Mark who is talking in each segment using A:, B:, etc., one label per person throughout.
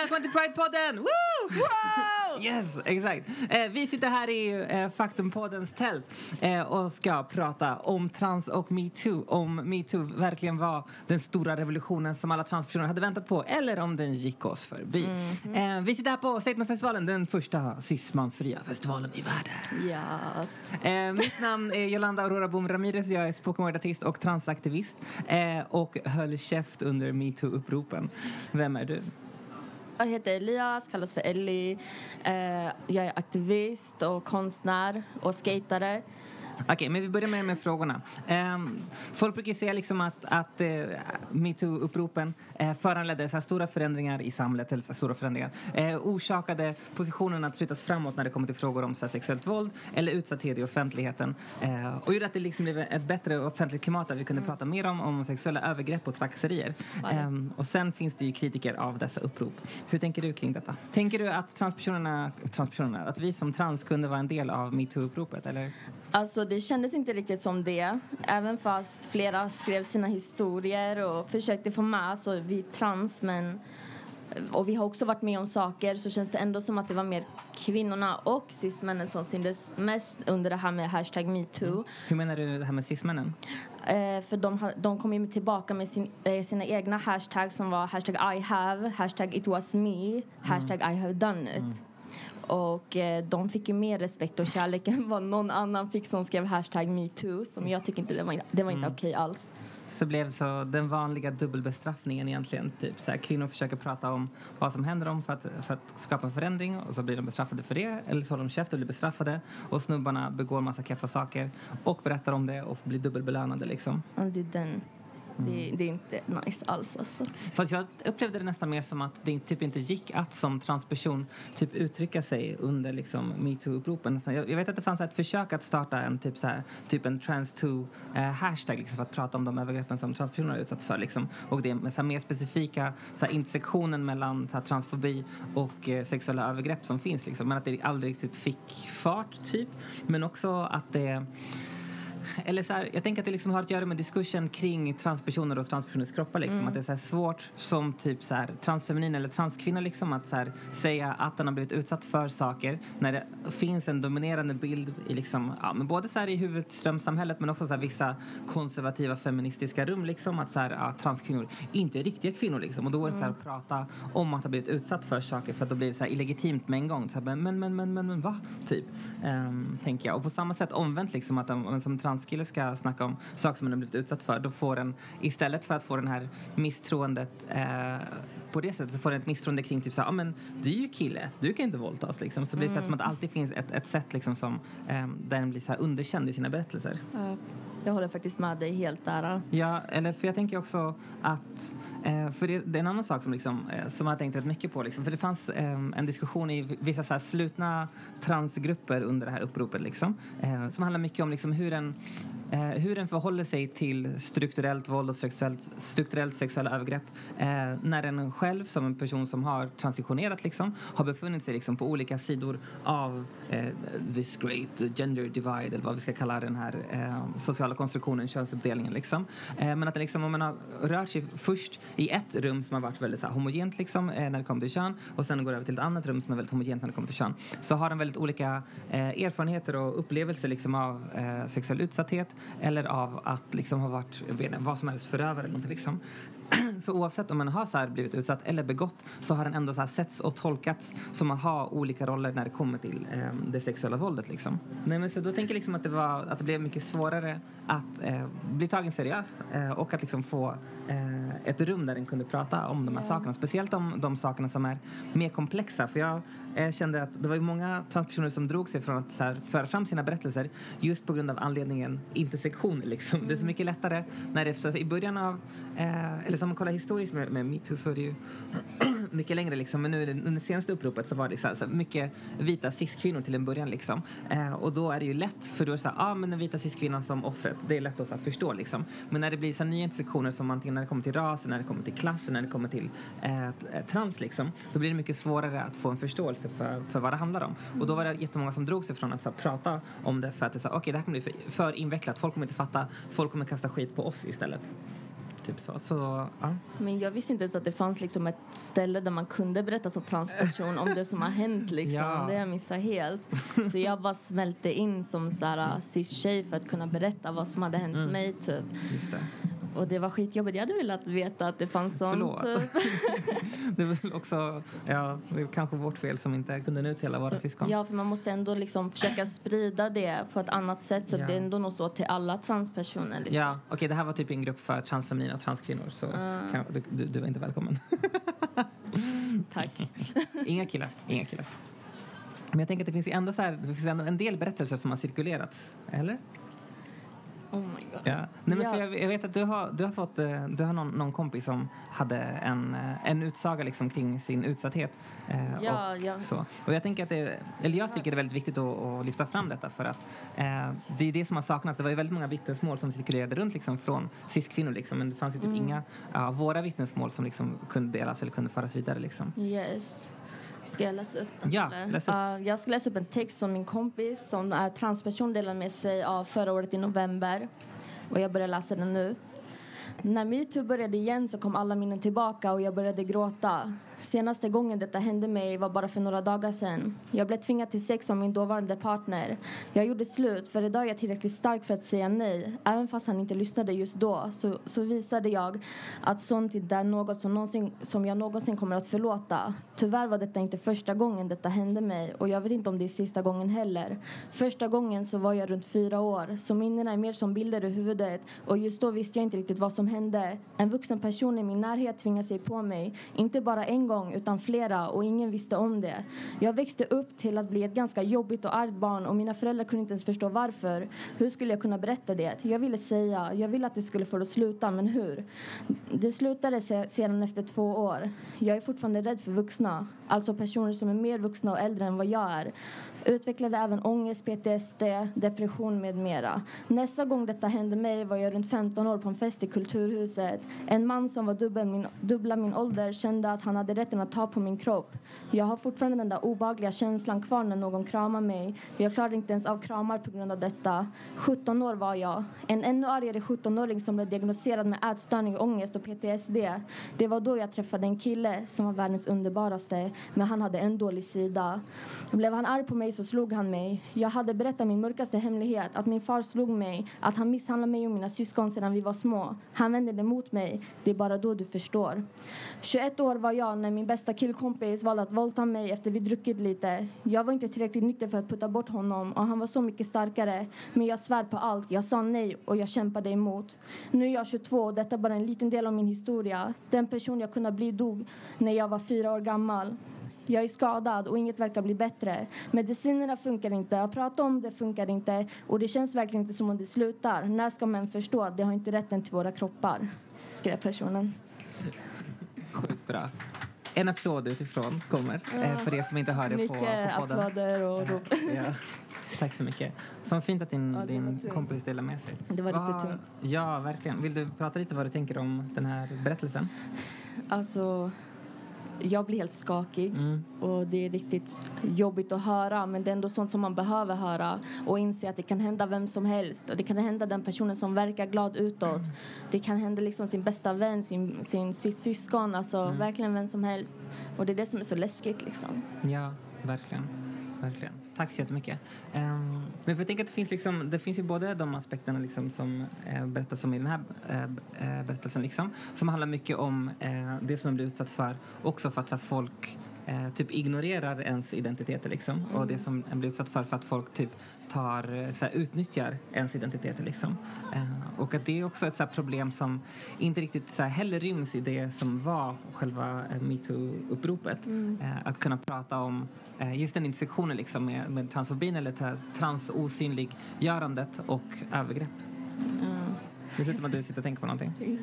A: välkommen till Pride-podden! Woo!
B: Wow!
A: Yes, exakt. Vi sitter här i Faktumpoddens tält och ska prata om trans och MeToo. Om MeToo verkligen var den stora revolutionen som alla transpersoner hade väntat på eller om den gick oss förbi. Vi sitter här på Statementfestivalen, den första cismansfria festivalen i världen.
B: Yes.
A: Mitt namn är Yolanda Aurora Boom Ramirez. Jag är spoken word-artist och transaktivist och höll käft under MeToo-uppropen. Vem är du?
B: Jag heter Elias, kallas för Ellie. Jag är aktivist och konstnär och skatare.
A: Okej, men vi börjar med frågorna. Folk brukar säga liksom att MeToo-uppropen föranledde så här stora förändringar i samhället, eller så här stora förändringar. Orsakade positionen att flyttas framåt när det kommer till frågor om så här sexuellt våld eller utsatthet i offentligheten. Och gjorde att det liksom blev ett bättre offentligt klimat där vi kunde prata mer om sexuella övergrepp och trakasserier. Och sen finns det ju kritiker av dessa upprop. Hur tänker du kring detta? Tänker du att transpersonerna, att vi som trans kunde vara en del av MeToo-uppropet, eller?
B: Alltså det kändes inte riktigt som det. Även fast flera skrev sina historier och försökte få med oss, och vi trans, men och vi har också varit med om saker, så känns det ändå som att det var mer kvinnorna och cismännen som syntes mest under det här med hashtag MeToo.
A: Hur menar du det här med cismännen?
B: För de kom ju tillbaka med sina egna hashtags som var hashtag I have, hashtag it was me, hashtag I have done it. Och de fick ju mer respekt och kärlek än vad någon annan fick som skrev hashtag MeToo. Som jag tycker inte det var inte okej alls.
A: Så blev så den vanliga dubbelbestraffningen egentligen. Typ så här, kvinnor försöker prata om vad som händer dem för att skapa en förändring. Och så blir de bestraffade för det. Eller så håller de käft och blir bestraffade. Och snubbarna begår massa keffa saker. Och berättar om det och blir dubbelbelönade liksom.
B: Ja, det är den. Det är inte nice alls alltså.
A: Fast jag upplevde det nästan mer som att det typ inte gick att som transperson typ uttrycka sig under liksom MeToo-uppropen. Jag vet att det fanns ett försök att starta en typ en trans2 hashtag liksom, för att prata om de övergreppen som transpersoner har utsatts för liksom. Och det med så här, mer specifika så här, intersektionen mellan så här, transfobi och sexuella övergrepp som finns liksom. Men att det aldrig riktigt fick fart typ. Men också att det... Eller så här, jag tänker att det liksom har att göra med diskursen kring transpersoner och transpersoners kroppar liksom. Att det är så här svårt som typ så här, transfeminin eller transkvinna liksom, att så här, säga att den har blivit utsatt för saker när det finns en dominerande bild i liksom, ja, men både så här i huvudströmsamhället men också så här, vissa konservativa feministiska rum liksom, att så här, ja, transkvinnor inte är riktiga kvinnor liksom. Och då är det så här att prata om att ha blivit utsatt för saker, för att då blir det så här illegitimt med en gång så här, men vad? Typ, tänker jag. Och på samma sätt omvänt liksom, att som transkille ska snacka om saker som man har blivit utsatt för, då får den, istället för att få den här misstroendet på det sättet, så får den ett misstroende kring typ så här, men du är ju kille, du kan inte våldtas liksom. Så blir det så här, som att det alltid finns ett sätt liksom som där den blir så här underkänd i sina berättelser.
B: Jag håller faktiskt med dig helt där.
A: Ja, eller för jag tänker också att för det är en annan sak som liksom som jag har tänkt rätt mycket på liksom, för det fanns en diskussion i vissa så här slutna transgrupper under det här uppropet liksom, som handlar mycket om liksom hur den förhåller sig till strukturellt våld och strukturellt sexuella övergrepp när den själv som en person som har transitionerat liksom har befunnit sig liksom på olika sidor av this great gender divide, eller vad vi ska kalla den här sociala konstruktionen, könsuppdelningen liksom. Men att det liksom, om man har rört sig först i ett rum som har varit väldigt så här, homogent liksom, när det kommer till kön, och sen går över till ett annat rum som är väldigt homogent när det kommer till kön, så har den väldigt olika erfarenheter och upplevelser liksom av sexuell utsatthet eller av att liksom ha varit, jag vet inte, vad som helst förövare eller någonting liksom. Så oavsett om man har så här blivit utsatt eller begått, så har den ändå så här setts och tolkats som att ha olika roller när det kommer till det sexuella våldet liksom. Nej, men så då tänker jag liksom att det blev mycket svårare att bli tagen seriöst och att liksom få ett rum där den kunde prata om de här sakerna, speciellt om de sakerna som är mer komplexa, för jag kände att det var ju många transpersoner som drog sig från att så här, föra fram sina berättelser just på grund av anledningen intersektion liksom. Det är så mycket lättare när det är i början av eller som man kollar historiskt med MeToo, så är det ju mycket längre liksom, men nu under det senaste uppropet så var det så mycket vita cis-kvinnor till en början liksom, och då är det ju lätt, för då är det så här, men den vita cis-kvinnan som offret, det är lätt att så här, förstå liksom, men när det blir så här, nya intersektioner som antingen när det kommer till ras, när det kommer till klass, när det kommer till trans liksom, då blir det mycket svårare att få en förståelse för vad det handlar om, och då var det jättemånga som drog sig från att så här, prata om det, för att det så här, okej, det här kommer bli för invecklat, folk kommer inte fatta, folk kommer kasta skit på oss istället. typ så ja.
B: Men jag visste inte ens att det fanns liksom ett ställe där man kunde berätta som transperson om det som har hänt liksom.
A: Ja.
B: Det jag missade helt. Så jag bara smälte in som såhär cis-tjej för att kunna berätta vad som hade hänt mig typ.
A: Just det.
B: Och det var skitjobbigt. Jag hade velat veta att det fanns sånt.
A: Förlåt.
B: Typ.
A: Det är väl också, ja, det är kanske vårt fel som inte kunde nå ut till alla våra syskon.
B: Ja, för man måste ändå liksom försöka sprida det på ett annat sätt. Så det är ändå nog så till alla transpersoner. Liksom.
A: Ja, okej, det här var typ en grupp för transfeminina och transkvinnor. Så du är inte välkommen.
B: Tack.
A: Inga killar. Men jag tänker att det finns ju ändå så här, det finns ändå en del berättelser som har cirkulerats, eller?
B: Oh my god.
A: Ja. Nej, men för jag vet att du har någon kompis som hade en utsaga liksom kring sin utsatthet. Så. Och jag tänker att jag tycker det är väldigt viktigt att lyfta fram detta för att det är det som har saknats. Det var ju väldigt många vittnesmål som cirkulerade runt liksom från cis-kvinnor liksom, men det fanns ju typ inga våra vittnesmål som liksom kunde delas eller kunde föras vidare liksom.
B: Yes. Ska jag läsa upp den?
A: Ja, läs upp.
B: Jag ska läsa upp en text som min kompis som är transperson delade med sig av förra året i november. Och jag börjar läsa den nu. När MeToo började igen så kom alla minnen tillbaka och jag började gråta. Senaste gången detta hände mig var bara för några dagar sedan. Jag blev tvingad till sex av min dåvarande partner. Jag gjorde slut för idag är jag tillräckligt stark för att säga nej. Även fast han inte lyssnade just då så visade jag att sånt inte är något som jag någonsin kommer att förlåta. Tyvärr var detta inte första gången detta hände mig och jag vet inte om det är sista gången heller. Första gången så var jag runt 4 år så minnena är mer som bilder i huvudet och just då visste jag inte riktigt vad som hände. En vuxen person i min närhet tvingade sig på mig. Inte bara en gång utan flera och ingen visste om det. Jag växte upp till att bli ett ganska jobbigt och argt barn och mina föräldrar kunde inte ens förstå varför. Hur skulle jag kunna berätta det? Jag ville att det skulle få det sluta, men hur? Det slutade sedan efter 2 år. Jag är fortfarande rädd för vuxna, alltså personer som är mer vuxna och äldre än vad jag är. Utvecklade även ångest, PTSD, depression med mera. Nästa gång detta hände mig var jag runt 15 år på en fest i Kulturhuset. En man som var dubbla min ålder kände att han hade rätten att ta på min kropp. Jag har fortfarande den där obehagliga känslan kvar när någon kramar mig. Jag klarade inte ens av kramar på grund av detta. 17 år var jag. En ännu argare 17-åring som blev diagnostiserad med ätstörning, ångest och PTSD. Det var då jag träffade en kille som var världens underbaraste, men han hade en dålig sida. Blev han arg på mig så slog han mig. Jag hade berättat min mörkaste hemlighet, att min far slog mig, att han misshandlade mig och mina syskon sedan vi var små. Han vände det mot mig. Det är bara då du förstår. 21 år var jag när min bästa killkompis valde att våldta mig efter vi druckit lite. Jag var inte tillräckligt nykter för att putta bort honom och han var så mycket starkare. Men jag svär på allt. Jag sa nej och jag kämpade emot. Nu är jag 22 och detta är bara en liten del av min historia. Den person jag kunde bli dog när jag var 4 år gammal. Jag är skadad och inget verkar bli bättre. Medicinerna funkar inte, att prata om det funkar inte. Och det känns verkligen inte som om det slutar. När ska män förstå att de har inte rätten till våra kroppar? Skrev personen.
A: Sjukt bra. En applåd utifrån kommer. För er som inte hör det på podden.
B: Mycket applåder och rop.
A: Ja. Tack så mycket. Fan fint att din kompis delar med sig.
B: Det var riktigt tungt.
A: Ja, verkligen. Vill du prata lite vad du tänker om den här berättelsen?
B: Alltså, jag blir helt skakig. Och det är riktigt jobbigt att höra. Men det är ändå sånt som man behöver höra. Och inse att det kan hända vem som helst. Och det kan hända den personen som verkar glad utåt. Det kan hända liksom sin bästa vän, sitt syskon. Alltså verkligen vem som helst. Och det är det som är så läskigt liksom.
A: Ja, verkligen. Verkligen. Tack så jättemycket. Men för jag tänker att det finns ju både de aspekterna liksom som berättas om i den här berättelsen liksom, som handlar mycket om det som man blir utsatt för, också för att folk typ ignorerar ens identiteter liksom, och det som man blir utsatt för att folk typ utnyttjar ens identiteter liksom. Och att det är också ett så här problem som inte riktigt så här heller ryms i det som var själva MeToo-uppropet. Att kunna prata om just den intersektionen liksom med transfobin eller transosynliggörandet och övergrepp. Det ser ut som att du sitter och tänker på någonting.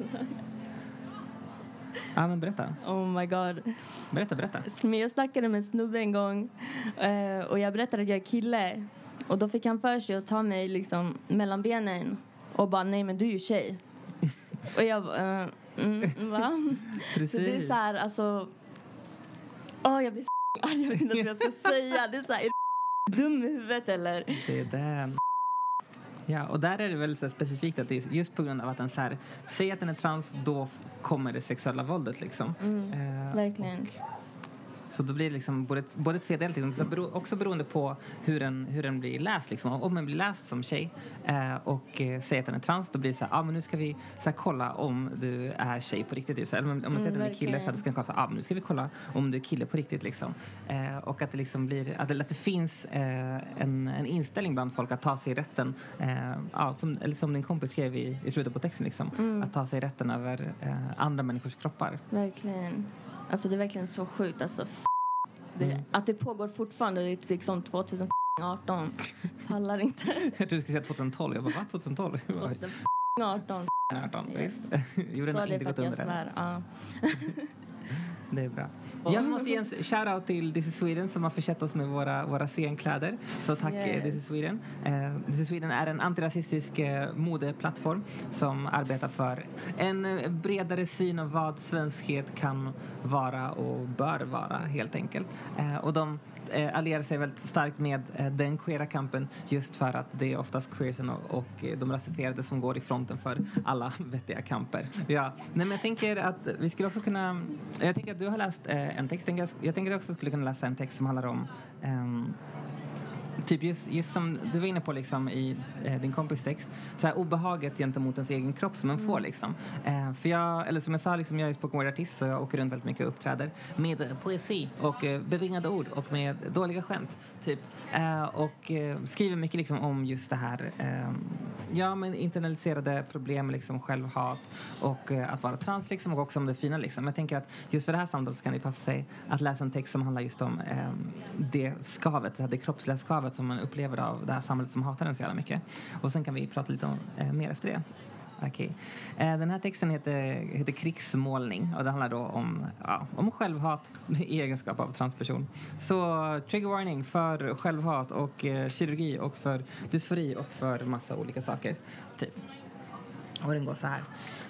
A: Ja, men berätta.
B: Oh my god.
A: Berätta.
B: Men jag snackade med en snubbe en gång och jag berättade att jag är kille. Och då fick han för sig att ta mig liksom mellan benen och bara, nej men du är ju tjej. Och jag va?
A: Precis.
B: Så det är så här, alltså jag blir så arg, jag vet inte vad jag ska säga. Det är så här, är du dum i huvudet eller?
A: Det är den. Ja, och där är det väl så specifikt att det är just på grund av att den så här, säger att den är trans, då kommer det sexuella våldet liksom.
B: Verkligen.
A: Så då blir det liksom både tvedelat liksom, också beroende på hur den blir läst liksom. Om den blir läst som tjej och säger att den är trans, då blir det så här, men nu ska vi så här, kolla om du är tjej på riktigt. Eller om man säger att den är kille, så ska man kolla men nu ska vi kolla om du är kille på riktigt liksom. Och att det liksom blir att det finns en inställning bland folk att ta sig rätten som din kompis skrev i slutet på texten liksom, att ta sig rätten över andra människors kroppar.
B: Verkligen. Alltså det är verkligen så sjukt. Alltså, att det pågår fortfarande liksom 2018. Pallar inte.
A: Jag tror du skulle säga 2012. Jag bara, vad? 2012?
B: 2018.
A: Yes.
B: Så det är för att jag svär. Ja.
A: Det är bra. Jag måste ge en shoutout till This is Sweden som har försett oss med våra scenkläder. Så tack This is Sweden. This is Sweden är en antirasistisk modeplattform som arbetar för en bredare syn av vad svenskhet kan vara och bör vara helt enkelt. Och de allierar sig väldigt starkt med den queera kampen just för att det är oftast queersen och de rasifierade som går i fronten för alla vettiga kamper. Ja, men jag tänker att vi skulle också kunna... Jag tänker att du har läst en text. Jag tänker att du också skulle kunna läsa en text som handlar om... typ just som du var inne på liksom i din kompis text, så här obehaget gentemot ens egen kropp som man får liksom. För jag sa liksom, jag är spoken word artist, så jag åker runt väldigt mycket och uppträder med poesi och bevingade ord och med dåliga skämt typ. Och skriver mycket liksom om just det här men internaliserade problem liksom, självhat och att vara trans liksom, och också om det fina liksom. Jag tänker att just för det här samtalet så kan det passa sig att läsa en text som handlar just om det skavet, det kroppsliga skavet som man upplever av det här samhället som hatar den så jävla mycket. Och sen kan vi prata lite om mer efter det. Okej. Den här texten heter Krigsmålning och det handlar då om självhat i egenskap av transperson. Så trigger warning för självhat och kirurgi och för dysfori och för massa olika saker. Typ. Och den går så här.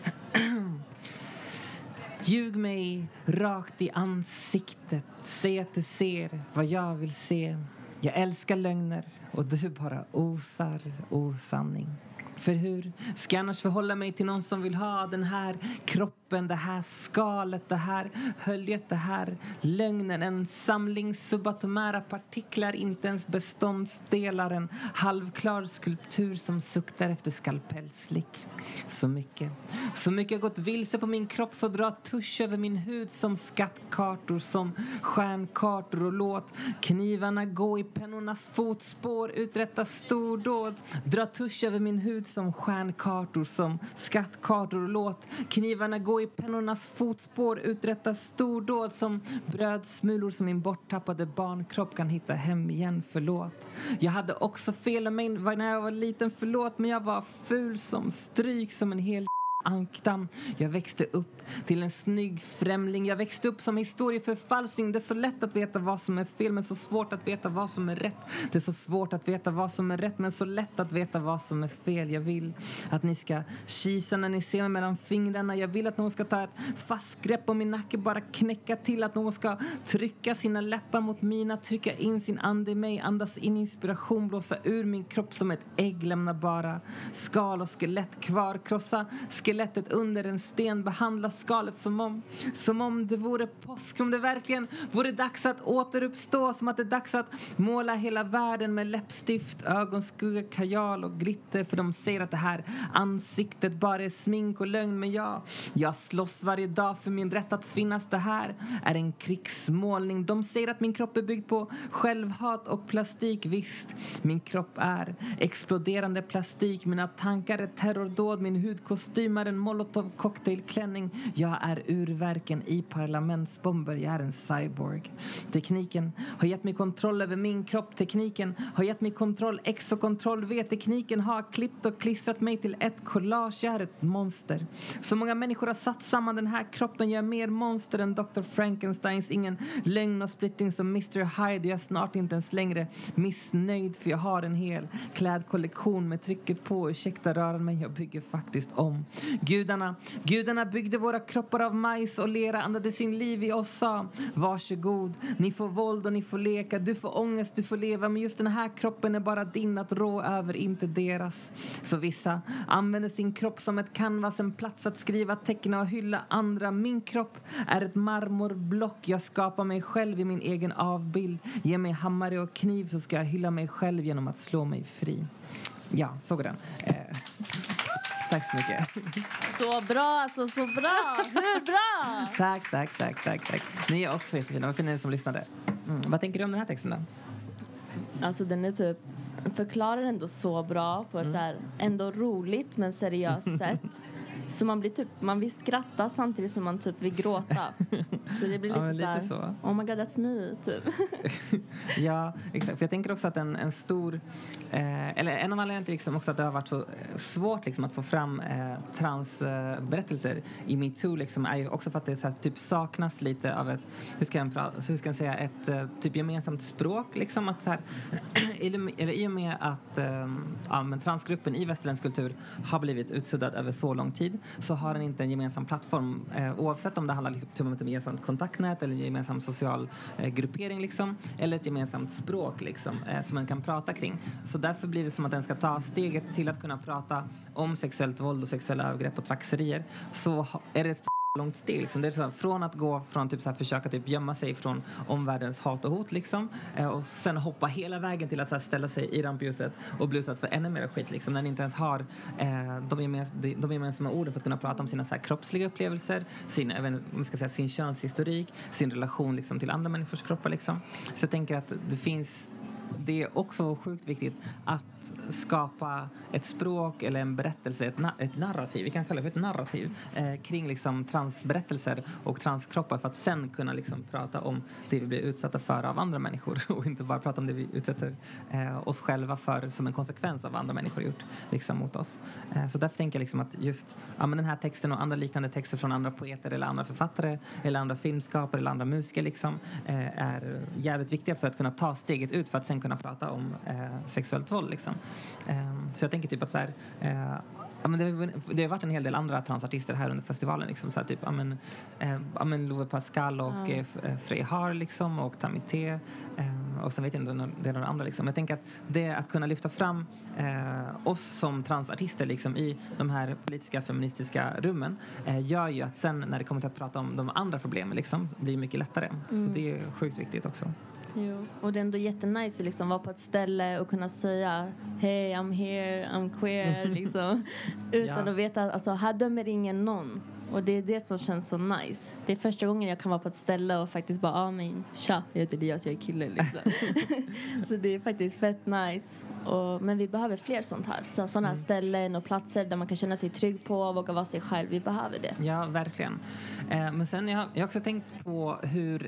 A: Ljug mig rakt i ansiktet. Säg att du ser vad jag vill se. Jag älskar lögner och du bara osar osanning. För hur ska jag annars förhålla mig till någon som vill ha den här kroppen, det här skalet, det här höljet, det här lögnen. En samling subatomära partiklar, inte ens beståndsdelar. En halvklar skulptur som suktar efter skalpellslick. Så mycket har gått vilse på min kropp, så dra tusch över min hud som skattkartor, som stjärnkartor, och låt knivarna gå i pennornas fotspår, uträtta stordåd. Dra tusch över min hud som stjärnkartor, som skattkartor, och låt knivarna gå i pennornas fotspår, uträtta stordåd, som brödsmulor som min borttappade barnkropp kan hitta hem igen, förlåt. Jag hade också fel om mig när jag var liten, förlåt, men jag var ful som stryk, som en hel ankdamm. Jag växte upp till en snygg främling. Jag växte upp som historieförfalskning. Det är så lätt att veta vad som är fel, men så svårt att veta vad som är rätt. Det är så svårt att veta vad som är rätt, men så lätt att veta vad som är fel. Jag vill att ni ska kisa när ni ser mig mellan fingrarna. Jag vill att någon ska ta ett fast grepp om min nacke, bara knäcka till. Att någon ska trycka sina läppar mot mina, trycka in sin ande i mig, andas in inspiration, blåsa ur min kropp som ett ägg, lämna bara skal och skelett kvar, krossa skelettet under en sten, behandla skalet som om det vore påsk, som det verkligen vore dags att återuppstå, som att det är dags att måla hela världen med läppstift, ögonskugga, kajal och glitter, för de säger att det här ansiktet bara är smink och lögn, men jag slåss varje dag för min rätt att finnas. Det här är en krigsmålning. De säger att min kropp är byggd på självhat och plastik. Visst, min kropp är exploderande plastik, mina tankar är terrordåd, min hudkostym är en molotov-cocktailklänning. Jag är urverken i parlamentsbomber. Jag är en cyborg. Tekniken har gett mig kontroll över min kropp. Tekniken har gett mig kontroll X och kontroll V. Tekniken har klippt och klistrat mig till ett collage. Jag är ett monster. Så många människor har satt samman den här kroppen. Jag är mer monster än Dr. Frankensteins. Ingen lögn och splittring som Mr. Hyde. Jag är snart inte ens längre missnöjd, för jag har en hel klädkollektion med trycket på. Ursäkta röran, men jag bygger faktiskt om. Gudarna byggde våra kroppar av majs och lera, andade sin liv i oss, sa varsågod, ni får våld och ni får leka, du får ångest, du får leva, men just den här kroppen är bara din att rå över, inte deras. Så vissa använder sin kropp som ett canvas, en plats att skriva, teckna och hylla andra. Min kropp är ett marmorblock, jag skapar mig själv i min egen avbild. Ge mig hammare och kniv så ska jag hylla mig själv genom att slå mig fri. Ja, såg den. Tack så mycket.
B: Så bra, alltså så bra. Hur bra?
A: Tack. Ni är också jättefina. Vad fina ni som lyssnade. Vad tänker du om den här texten då?
B: Alltså den är typ förklarar ändå så bra på ett så här ändå roligt men seriöst sätt. Så man vill skratta samtidigt som man typ vill gråta. Så det blir lite så. Oh my god, that's me, typ.
A: Ja, exakt. För jag tänker också att en stor... eller en av anledningarna till liksom också att det har varit så svårt liksom, att få fram transberättelser i MeToo liksom, är ju också för att det så här, typ saknas lite av ett... Hur ska jag säga? Ett typ gemensamt språk. Liksom, att så här, i och med att men transgruppen i västerländsk kultur har blivit utsuddad över så lång tid, så har den inte en gemensam plattform oavsett om det handlar om ett gemensamt kontaktnät eller en gemensam social gruppering liksom, eller ett gemensamt språk liksom, som man kan prata kring. Så därför blir det som att den ska ta steget till att kunna prata om sexuellt våld och sexuella övergrepp och trakasserier, så är det ett långt steg liksom. Det är så här, från att gå från typ så här, försöka typ gömma sig från omvärldens hat och hot liksom, och sen hoppa hela vägen till att så här, ställa sig i rampljuset och bli utsatt för ännu mer skit liksom, när ni inte ens har de gemensamma orden för att kunna prata om sina så här, kroppsliga upplevelser, sin könshistorik, sin relation liksom, till andra människors kroppar liksom. Så jag tänker att det är också sjukt viktigt att skapa ett språk eller en berättelse, ett narrativ, vi kan kalla det för ett narrativ kring liksom transberättelser och transkroppar, för att sen kunna liksom prata om det vi blir utsatta för av andra människor och inte bara prata om det vi utsätter oss själva för som en konsekvens av vad andra människor gjort liksom, mot oss. Så därför tänker jag liksom att just men den här texten och andra liknande texter från andra poeter eller andra författare eller andra filmskapare eller andra musiker liksom, är jävligt viktiga för att kunna ta steget ut för att sen kunna prata om sexuellt våld liksom. Så jag tänker typ att så här, men det har varit en hel del andra transartister här under festivalen liksom, så här, typ Love Pascal och Frey Har liksom, och Tamité, och sen vet jag inte, det är några andra liksom. Jag tänker att det att kunna lyfta fram oss som transartister liksom, i de här politiska feministiska rummen gör ju att sen när det kommer till att prata om de andra problemen liksom, blir mycket lättare. Så det är sjukt viktigt också.
B: Jo. Och det är ändå jättenice att liksom vara på ett ställe och kunna säga hey, I'm here, I'm queer liksom, utan att veta att alltså, här dömer ingen någon. Och det är det som känns så nice. Det är första gången jag kan vara på ett ställe och faktiskt bara, men tja, jag heter Elias, jag är kille liksom. Så det är faktiskt fett nice. Men vi behöver fler sånt här. Sådana här ställen och platser där man kan känna sig trygg på och våga vara sig själv. Vi behöver det.
A: Ja, verkligen. Men sen jag har också tänkt på hur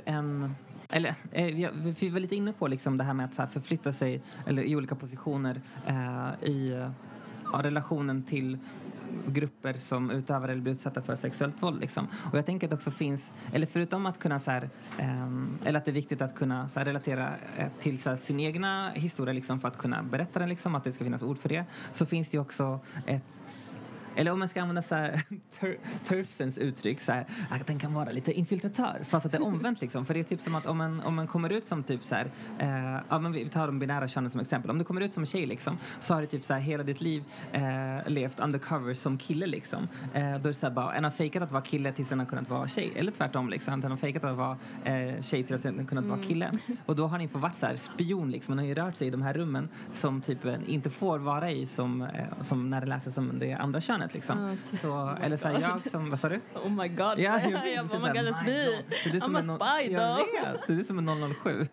A: vi var lite inne på liksom det här med att så här förflytta sig eller i olika positioner i relationen till grupper som utövar eller blir utsatta för sexuellt våld liksom. Och jag tänker att det också finns, eller förutom att kunna så här, eller att det är viktigt att kunna så här, relatera till så här, sin egna historia liksom, för att kunna berätta den liksom, att det ska finnas ord för det, så finns det ju också eller om man ska använda så här Turfsens uttryck så här, att den kan vara lite infiltratör, fast att det är omvänt liksom. För det är typ som att om man kommer ut som typ så här, men vi tar de binära könen som exempel. Om du kommer ut som tjej liksom, så har du typ så här hela ditt liv levt undercover som kille liksom. Då är det så här bara, en har fejkat att vara kille tills den har kunnat vara tjej. Eller tvärtom liksom, den har fejkat att vara tjej till att den har kunnat vara kille. Och då har ni fått varit så här spion liksom. Man har ju rört sig i de här rummen som typ inte får vara i som när det läses som det andra könet liksom. Så, eller så här, jag som, vad sa du?
B: Oh my god.
A: Ja,
B: jag bara, oh my god, it's me. I'm a spy though.
A: Det är som en 007.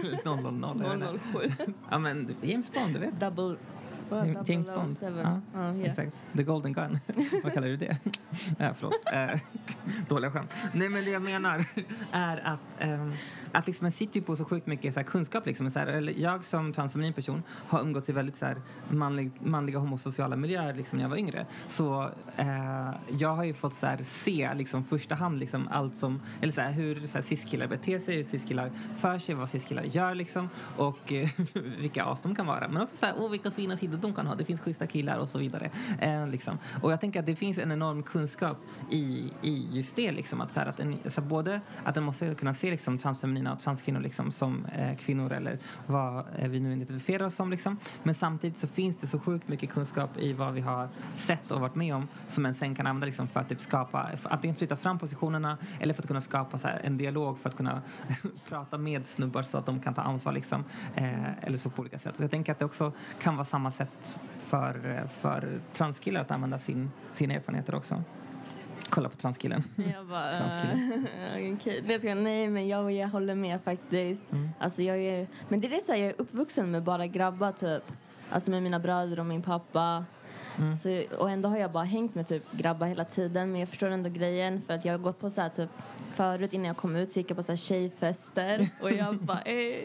A: 000.
B: 007.
A: Ja, men James Bond, du vet. James Bond. Ja, exakt. The Golden Gun. Vad kallar du det? Förlåt. Dåliga skämt. Nej, men det jag menar är att liksom, man sitter ju på så sjukt mycket så här, kunskap liksom, så här, eller jag som transfeminin person har umgåtts i väldigt så här, manliga homosociala miljöer liksom, när jag var yngre. Så jag har ju fått så här, se liksom, första hand liksom, allt som, eller så här, hur så här, cis-killar beter sig, hur cis-killar för sig, vad cis-killar gör liksom, och vilka as de kan vara. Men också så här, vilka fina många sidor de kan ha. Det finns schyssta killar och så vidare. Liksom. Och jag tänker att det finns en enorm kunskap i just det. Liksom, att, så både att den måste kunna se liksom, transfeminina och transkvinnor liksom, som kvinnor eller vad vi nu identifierar oss som. Liksom. Men samtidigt så finns det så sjukt mycket kunskap i vad vi har sett och varit med om som man sen kan använda liksom, för att typ, skapa, att flytta fram positionerna eller för att kunna skapa så här, en dialog för att kunna prata med snubbar så att de kan ta ansvar liksom, eller så på olika sätt. Så jag tänker att det också kan vara samma sätt för transkillar att använda sina erfarenheter också. Kolla på transkillen.
B: Jag bara, okay. Nej, men jag håller med faktiskt. Alltså, men det är så här, jag är uppvuxen med bara grabbar typ. Alltså med mina bröder och min pappa. Så, och ändå har jag bara hängt med typ grabbar hela tiden. Men jag förstår ändå grejen. För att jag har gått på så här typ förut innan jag kom ut så gick jag på så här tjejfester. Och jag bara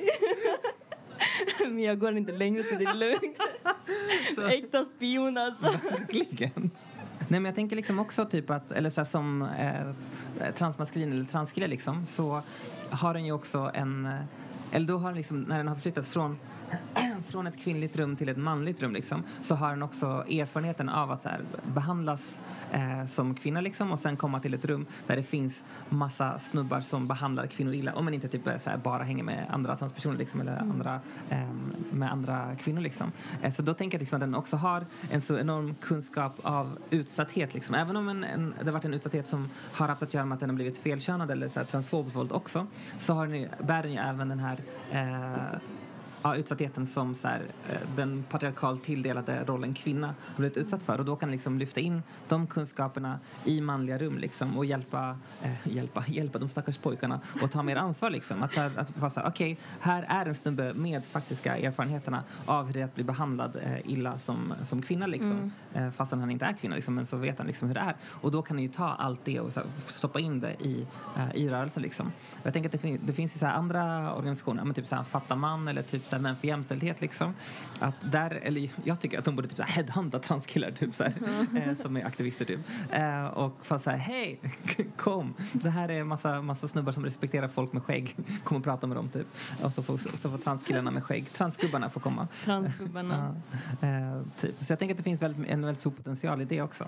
B: men jag går inte längre så det är lugnt. Så. Äkta spion alltså.
A: Verkligen. Nej, men jag tänker liksom också typ att, eller så här, som transmaskulin eller transkille liksom, så har den ju också eller då har liksom, när den har flyttats från ett kvinnligt rum till ett manligt rum liksom, så har den också erfarenheten av att så här, behandlas som kvinna liksom, och sen komma till ett rum där det finns massa snubbar som behandlar kvinnor illa, om man inte typ så här, bara hänger med andra transpersoner liksom, eller med andra kvinnor liksom. Så då tänker jag liksom att den också har en så enorm kunskap av utsatthet liksom. Även om det har varit en utsatthet som har haft att göra med att den har blivit felkönad eller så här, transfob våld också, så bär den ju även den här utsattheten som så här, den patriarkalt tilldelade rollen kvinna har blivit utsatt för. Och då kan liksom lyfta in de kunskaperna i manliga rum liksom, och hjälpa de stackars pojkarna och ta mer ansvar. Liksom. Att vara så här, okej, här är en snubbe med faktiska erfarenheterna av hur det är att bli behandlad illa som kvinna. Liksom. Fastän han inte är kvinna. Liksom, men så vet han liksom hur det är. Och då kan han ju ta allt det och så här, stoppa in det i rörelsen. Liksom. Jag tänker att det finns ju så här andra organisationer, men typ så här, Fatta man eller typ män för jämställdhet liksom, att jag tycker att de borde typ så här headhunta transkillar typ så här, som är aktivister typ, och få så här, hej, kom, det här är massa snubbar som respekterar folk med skägg, kom och prata med dem typ, och så får transkillarna med skägg, transgubbarna får komma, typ. Så jag tänker att det finns en väldigt stor potential i det också.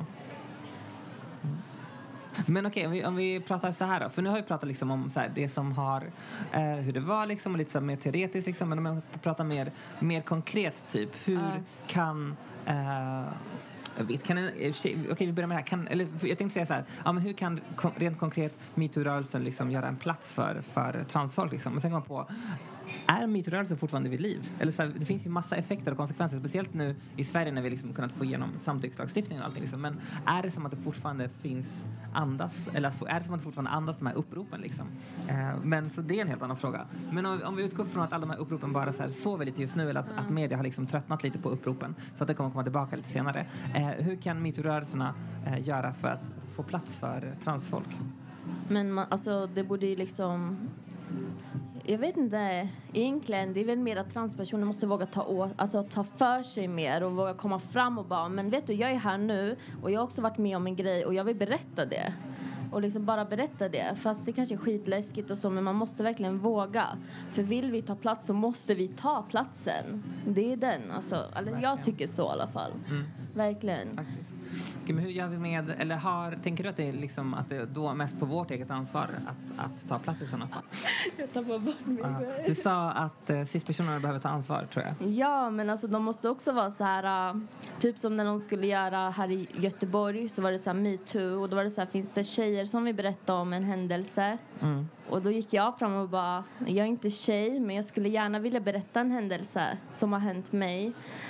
A: Men okej, om vi pratar så här då. För nu har vi pratat liksom om så här, det som har hur det var liksom, och lite så här mer teoretiskt liksom, men om vi pratar mer konkret typ, hur kan vi börjar med det här. Jag tänkte säga så här, men hur kan rent konkret MeToo-rörelsen liksom göra en plats för transfolk liksom? Men sen kommer man på, är MeToo-rörelsen fortfarande vid liv? Eller så här, det finns ju massa effekter och konsekvenser, speciellt nu i Sverige när vi liksom kunnat få igenom samtyckslagstiftningen och allting liksom. Men är det som att det fortfarande finns andas, eller är det som att det fortfarande andas de här uppropen liksom? Men så det är en helt annan fråga. Men om vi utgår från att alla de här uppropen bara så här sover lite just nu, eller att media har liksom tröttnat lite på uppropen, så att det kommer komma tillbaka lite senare. Hur kan MeToo-rörelserna göra för att få plats för transfolk?
B: Men alltså det borde ju liksom, jag vet inte, egentligen det är väl mer att transpersoner måste våga ta för sig mer och våga komma fram och bara, men vet du, jag är här nu och jag har också varit med om en grej och jag vill berätta det. Och liksom bara berätta det. Fast det kanske är skitläskigt och så, men man måste verkligen våga. För vill vi ta plats så måste vi ta platsen. Det är den, alltså. Jag tycker så i alla fall. Verkligen.
A: Faktiskt. Okay, men hur gör vi med, eller tänker du att det är liksom att det är då mest på vårt eget ansvar att ta plats i sådana fall?
B: Jag tappar bort mig.
A: Du sa att cis-personerna behöver ta ansvar, tror jag.
B: Ja, men alltså de måste också vara så här, typ som när de skulle göra här i Göteborg, så var det så här MeToo, och då var det så här, finns det tjejer som vill berätta om en händelse? Och då gick jag fram och bara, jag är inte tjej, men jag skulle gärna vilja berätta en händelse som har hänt mig.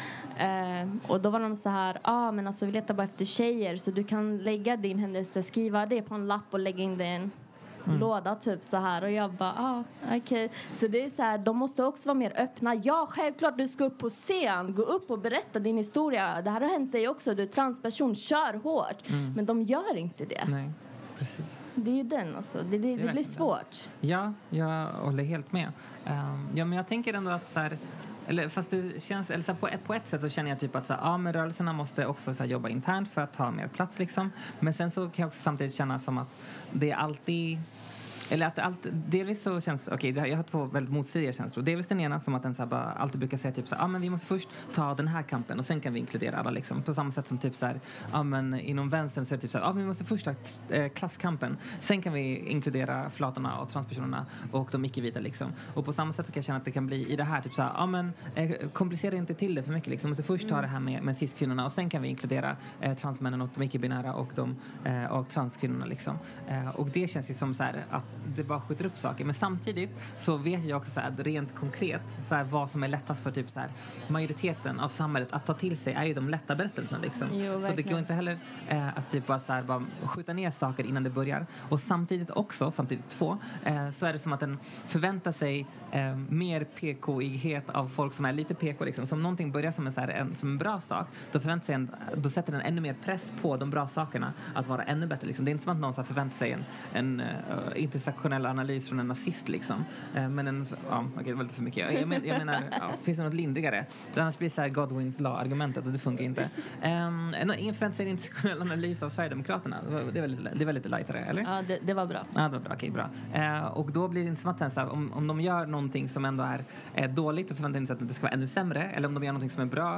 B: Och då var de så här, men alltså vi letar bara efter tjejer, så du kan lägga din händelse, skriva det på en lapp och lägga in det i en låda typ så här. Och jag bara, okej. Så det är så här, de måste också vara mer öppna. Ja, självklart du ska upp på scen, gå upp och berätta din historia. Det här har hänt dig också, du är transperson, kör hårt. Men de gör inte det.
A: Nej, precis.
B: Det är ju den alltså, det blir svårt.
A: Ja, jag håller helt med. Men jag tänker ändå att så här, eller fast det känns, eller så på ett sätt så känner jag typ att så, men rörelserna måste också så här, jobba internt för att ta mer plats liksom. Men sen så kan jag också samtidigt känna som att det är alltid, eller att allt, delvis så känns, jag har två väldigt motstridiga känslor. Delvis den ena som att den så här bara alltid brukar säga typ så här, men vi måste först ta den här kampen och sen kan vi inkludera alla liksom. På samma sätt som typ så här, men inom vänstern så är det typ så här, vi måste först ha klasskampen, sen kan vi inkludera flatorna och transpersonerna och de icke-vita liksom. Och på samma sätt så kan jag känna att det kan bli i det här typ så här, komplicera inte till det för mycket liksom. Vi måste först ta det här med cis-kvinnorna och sen kan vi inkludera transmännen och de icke-binära och transkvinnorna liksom. Och det känns ju som så här att det bara skjuter upp saker. Men samtidigt så vet jag också så här, rent konkret så här, vad som är lättast för typ så här, majoriteten av samhället att ta till sig är ju de lätta berättelserna liksom.
B: Jo,
A: så det går inte heller att typ bara, så här, bara skjuta ner saker innan det börjar. Och samtidigt så är det som att den förväntar sig mer PK-ighet av folk som är lite PK liksom. Som någonting börjar som en bra sak, då sätter den ännu mer press på de bra sakerna att vara ännu bättre liksom. Det är inte som att någon så här förväntar sig en intersektionell analys från en nazist liksom. Men det var lite för mycket. Jag menar, finns det något lindrigare? Annars blir det så här Godwins law-argumentet och det funkar inte. Förväntar sig en intersektionell analys av Sverigedemokraterna. Det var lite lightare, eller?
B: Ja, det var bra.
A: Ja, det var bra. Okej, bra. Och då blir det inte som att så här, om de gör någonting som ändå är dåligt och förväntar sig att det ska vara ännu sämre, eller om de gör någonting som är bra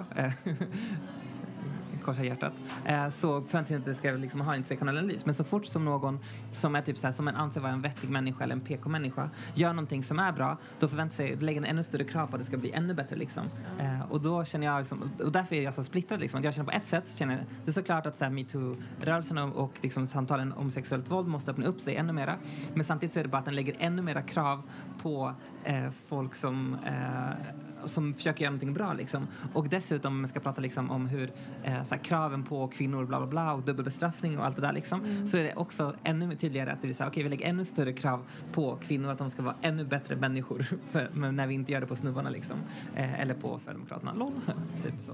A: korsa hjärtat, så förväntar sig att det ska liksom ha en intersektionell analys. Men så fort som någon som är typ så här, som en anser vara en vettig människa eller en PK-människa gör någonting som är bra, då förväntar sig lägger en ännu större krav på att det ska bli ännu bättre liksom. Och då känner jag liksom, och därför är jag så splittrad liksom. Jag känner på ett sätt, det är såklart att så här, MeToo-rörelsen och liksom samtalen om sexuellt våld måste öppna upp sig ännu mera. Men samtidigt så är det bara att den lägger ännu mera krav på folk som försöker göra någonting bra liksom. Och dessutom om man ska prata liksom om hur så här, kraven på kvinnor bla bla bla och dubbelbestraffning och allt det där liksom, så är det också ännu tydligare att det är så här, vi lägger ännu större krav på kvinnor att de ska vara ännu bättre människor när vi inte gör det på snubbarna liksom. Eller på Sverigedemokraterna. Lol. Typ så.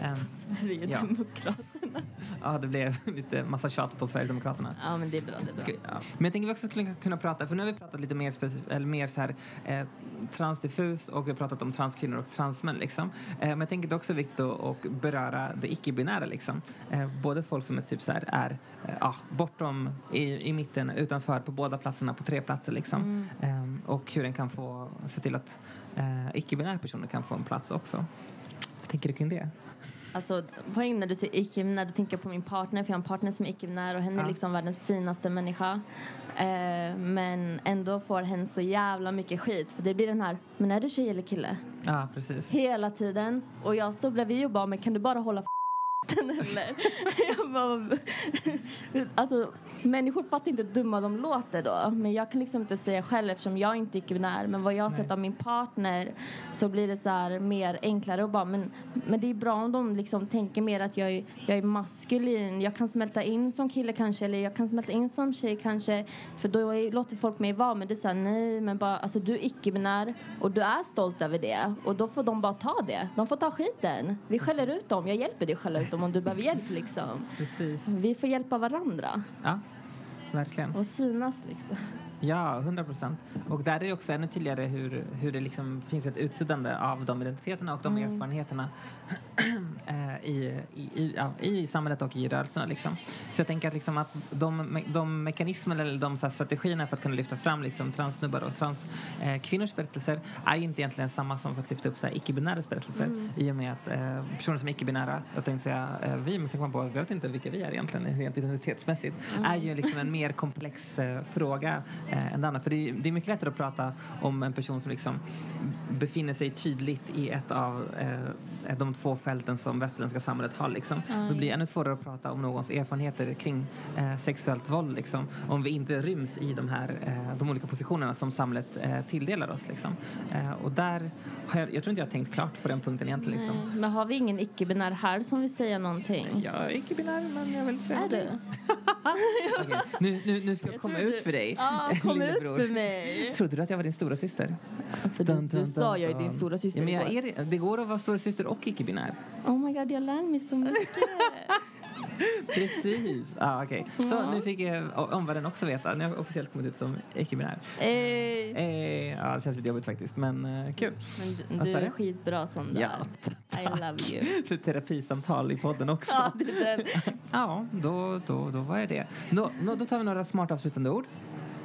B: Sverigedemokraterna.
A: Ja, det blev lite massa tjat på Sverigedemokraterna.
B: Ja, men det är bra.
A: Men jag tänker vi också skulle kunna prata, för nu har vi pratat lite mer så här transdiffus och vi har pratat om transkvinnor och transmän liksom. Men jag tänker det är också viktigt att beröra det icke-binära liksom. Både folk som är typ så här är bortom i mitten, utanför, på båda platserna, på 3 platser liksom. Och hur den kan få se till att icke-binära personer kan få en plats också. Vad tänker du kring det?
B: Alltså, poäng när du säger icke-binär, du tänker på min partner, för jag har en partner som är icke-binär och henne är liksom världens finaste människa. Men ändå får hen så jävla mycket skit, för det blir den här, men är du tjej eller kille?
A: Ja, precis.
B: Hela tiden. Och jag står bredvid och bara, men kan du bara hålla eller? Jag bara, alltså, människor fattar inte hur dumma de låter då. Men jag kan liksom inte säga själv eftersom jag inte är icke-binär. Men vad jag har sett av min partner så blir det så här mer enklare och bara, men det är bra om de liksom tänker mer att jag är maskulin. Jag kan smälta in som kille kanske, eller jag kan smälta in som tjej kanske. För då låter folk mig vara, men det är så här, nej, men bara, alltså du är icke-binär och du är stolt över det. Och då får de bara ta det. De får ta skiten. Vi skäller ut dem. Jag hjälper dig skälla ut dem om du behöver hjälp liksom.
A: Precis.
B: Vi får hjälpa varandra.
A: Ja, verkligen.
B: Och synas liksom.
A: Ja, 100%. Och där är det också ännu tydligare hur det liksom finns ett utsuddande av de identiteterna och de erfarenheterna i samhället och i rörelserna liksom. Så jag tänker att, liksom, att de mekanismerna eller de så här, strategierna för att kunna lyfta fram liksom, transsnubbar och transkvinnors berättelser är inte egentligen samma som för att lyfta upp så här, icke-binära berättelser. I och med att personer som är icke-binära, jag tänkte säga vi, men sen kommer på, jag vet inte vilka vi är egentligen rent identitetsmässigt, är ju liksom en mer komplex fråga än annat. För det är mycket lättare att prata om en person som liksom befinner sig tydligt i ett av de 2 fälten som västerländska samhället har liksom. Det blir ännu svårare att prata om någons erfarenheter kring sexuellt våld liksom, om vi inte ryms i de olika positionerna som samhället tilldelar oss liksom. Och där har jag tror inte jag har tänkt klart på den punkten egentligen liksom.
B: Men har vi ingen icke-binär här som vill säga någonting?
A: Jag är icke-binär, men jag vill säga
B: är du?
A: Okay. Nu ska jag komma ut för dig.
B: Ja, kom ut för mig.
A: Trodde du att jag var din stora syster?
B: För du sa jag är din stora syster.
A: Ja, men det går att vara stora syster och icke-binär.
B: Oh my god, jag lär mig så mycket.
A: Precis. Okej. Så nu fick omvärlden också veta. Nu har jag officiellt kommit ut som icke-binär. Ja, det känns lite jobbigt faktiskt, men kul.
B: Men du är skitbra som där. I love you.
A: Så terapisamtal i podden också.
B: Ja, det är den.
A: Ja, då var det. Då tar vi några smarta avslutande ord.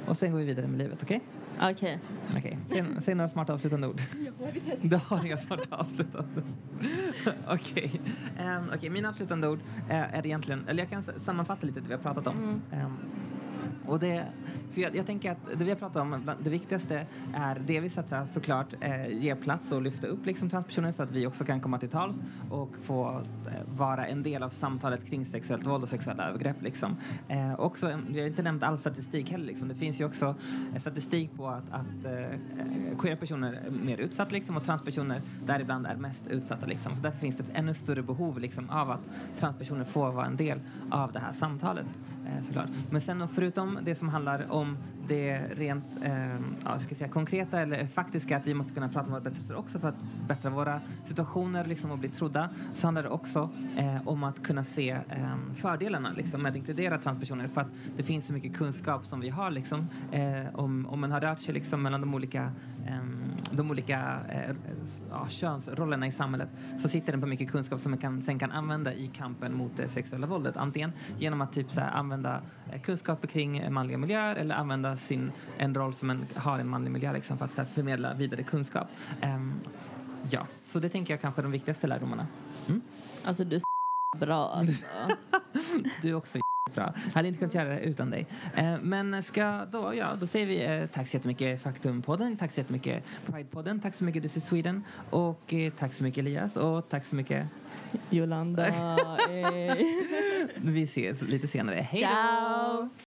A: Och sen går vi vidare med livet, okej?
B: Okej.
A: Okej. Säg några smarta avslutande ord. Du har inga smarta avslutande ord. Okej. Okej, mina avslutande ord är egentligen... Eller jag kan sammanfatta lite det vi har pratat om. Och det, för jag tänker att det vi har pratat om, det viktigaste är delvis att såklart ge plats och lyfta upp liksom transpersoner så att vi också kan komma till tals och få vara en del av samtalet kring sexuellt våld och sexuella övergrepp liksom. Också, vi har inte nämnt all statistik heller liksom. Det finns ju också statistik på att queer-personer är mer utsatt liksom, och transpersoner däribland är mest utsatta liksom. Så därför finns det ett ännu större behov liksom, av att transpersoner får vara en del av det här samtalet. Såklart. Men sen förutom det som handlar om det rent konkreta eller faktiska, att vi måste kunna prata om våra berättelser också för att bättra våra situationer liksom, och bli trodda, så handlar det också om att kunna se fördelarna liksom, med att inkludera transpersoner, för att det finns så mycket kunskap som vi har liksom, om man har rört sig liksom, mellan de olika könsrollerna i samhället, så sitter den på mycket kunskap som man sen kan använda i kampen mot det sexuella våldet. Antingen genom att typ, använda kunskaper kring manliga miljöer eller använda en roll som har en manlig miljö liksom, för att förmedla vidare kunskap. Så det tänker jag kanske är de viktigaste lärdomarna.
B: Alltså du är bra alltså.
A: Du är också bra. Jag hade inte kunnat göra det utan dig. Men då säger vi tack så jättemycket Faktumpodden, tack så jättemycket Pride-podden, tack så mycket This is Sweden och tack så mycket Elias och tack så mycket
B: Jolanda.
A: Vi ses lite senare. Hej då!
B: Ciao!